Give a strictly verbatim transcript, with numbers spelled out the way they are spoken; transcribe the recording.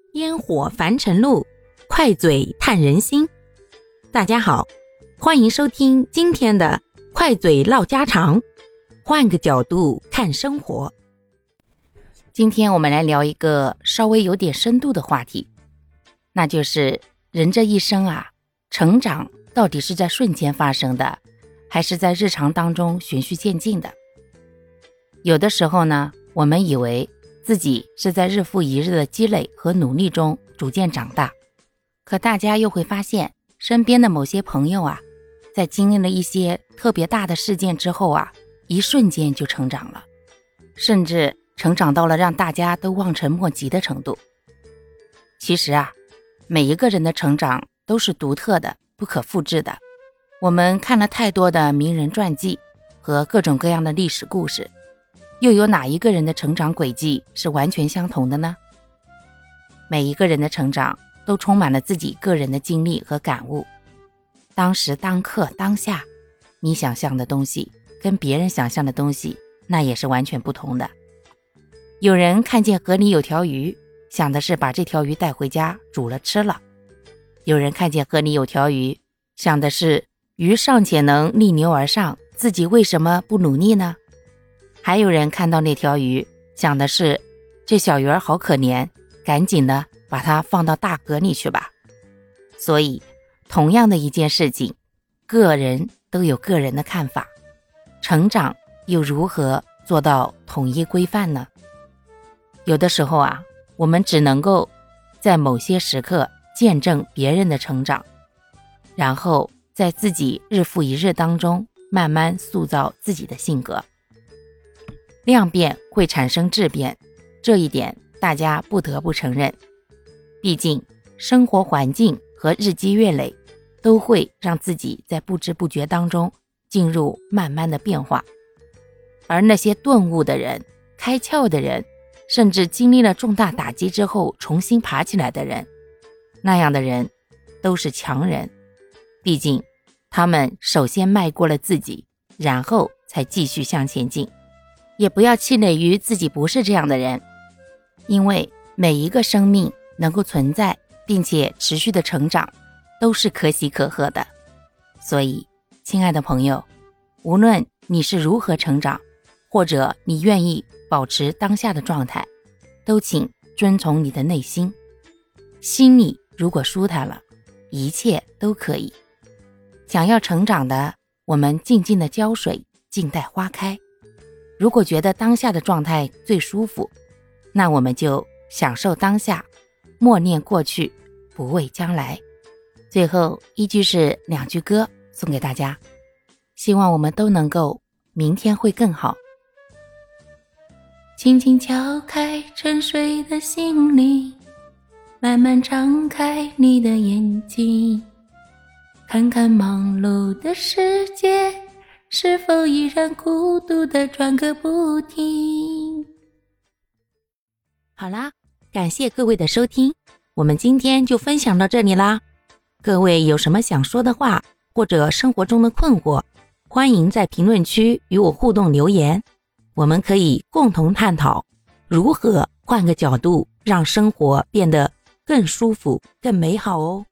烟火凡尘路，快嘴探人心。大家好，欢迎收听今天的快嘴唠家常，换个角度看生活。今天我们来聊一个稍微有点深度的话题，那就是人这一生啊，成长到底是在瞬间发生的，还是在日常当中循序渐进的？有的时候呢，我们以为自己是在日复一日的积累和努力中逐渐长大，可大家又会发现身边的某些朋友啊，在经历了一些特别大的事件之后啊，一瞬间就成长了，甚至成长到了让大家都望尘莫及的程度。其实啊，每一个人的成长都是独特的，不可复制的。我们看了太多的名人传记和各种各样的历史故事，又有哪一个人的成长轨迹是完全相同的呢？每一个人的成长都充满了自己个人的经历和感悟。当时当刻当下，你想象的东西跟别人想象的东西那也是完全不同的。有人看见河里有条鱼，想的是把这条鱼带回家煮了吃了。有人看见河里有条鱼，想的是鱼尚且能逆流而上，自己为什么不努力呢？还有人看到那条鱼，想的是这小鱼儿好可怜，赶紧的把它放到大河里去吧。所以同样的一件事情，个人都有个人的看法，成长又如何做到统一规范呢？有的时候啊，我们只能够在某些时刻见证别人的成长，然后在自己日复一日当中慢慢塑造自己的性格。量变会产生质变，这一点大家不得不承认。毕竟生活环境和日积月累都会让自己在不知不觉当中进入慢慢的变化。而那些顿悟的人、开窍的人，甚至经历了重大打击之后重新爬起来的人，那样的人都是强人。毕竟他们首先迈过了自己，然后才继续向前进。也不要气馁于自己不是这样的人，因为每一个生命能够存在并且持续的成长都是可喜可贺的。所以亲爱的朋友，无论你是如何成长，或者你愿意保持当下的状态，都请遵从你的内心。心里如果舒坦了，一切都可以。想要成长的，我们静静的浇水，静待花开。如果觉得当下的状态最舒服，那我们就享受当下，默念过去，不畏将来。最后依据是两句歌送给大家，希望我们都能够明天会更好。轻轻敲开沉睡的心灵，慢慢敞开你的眼睛，看看忙碌的世界是否依然孤独地转个不停。好啦，感谢各位的收听，我们今天就分享到这里啦。各位有什么想说的话，或者生活中的困惑，欢迎在评论区与我互动留言，我们可以共同探讨如何换个角度让生活变得更舒服更美好哦。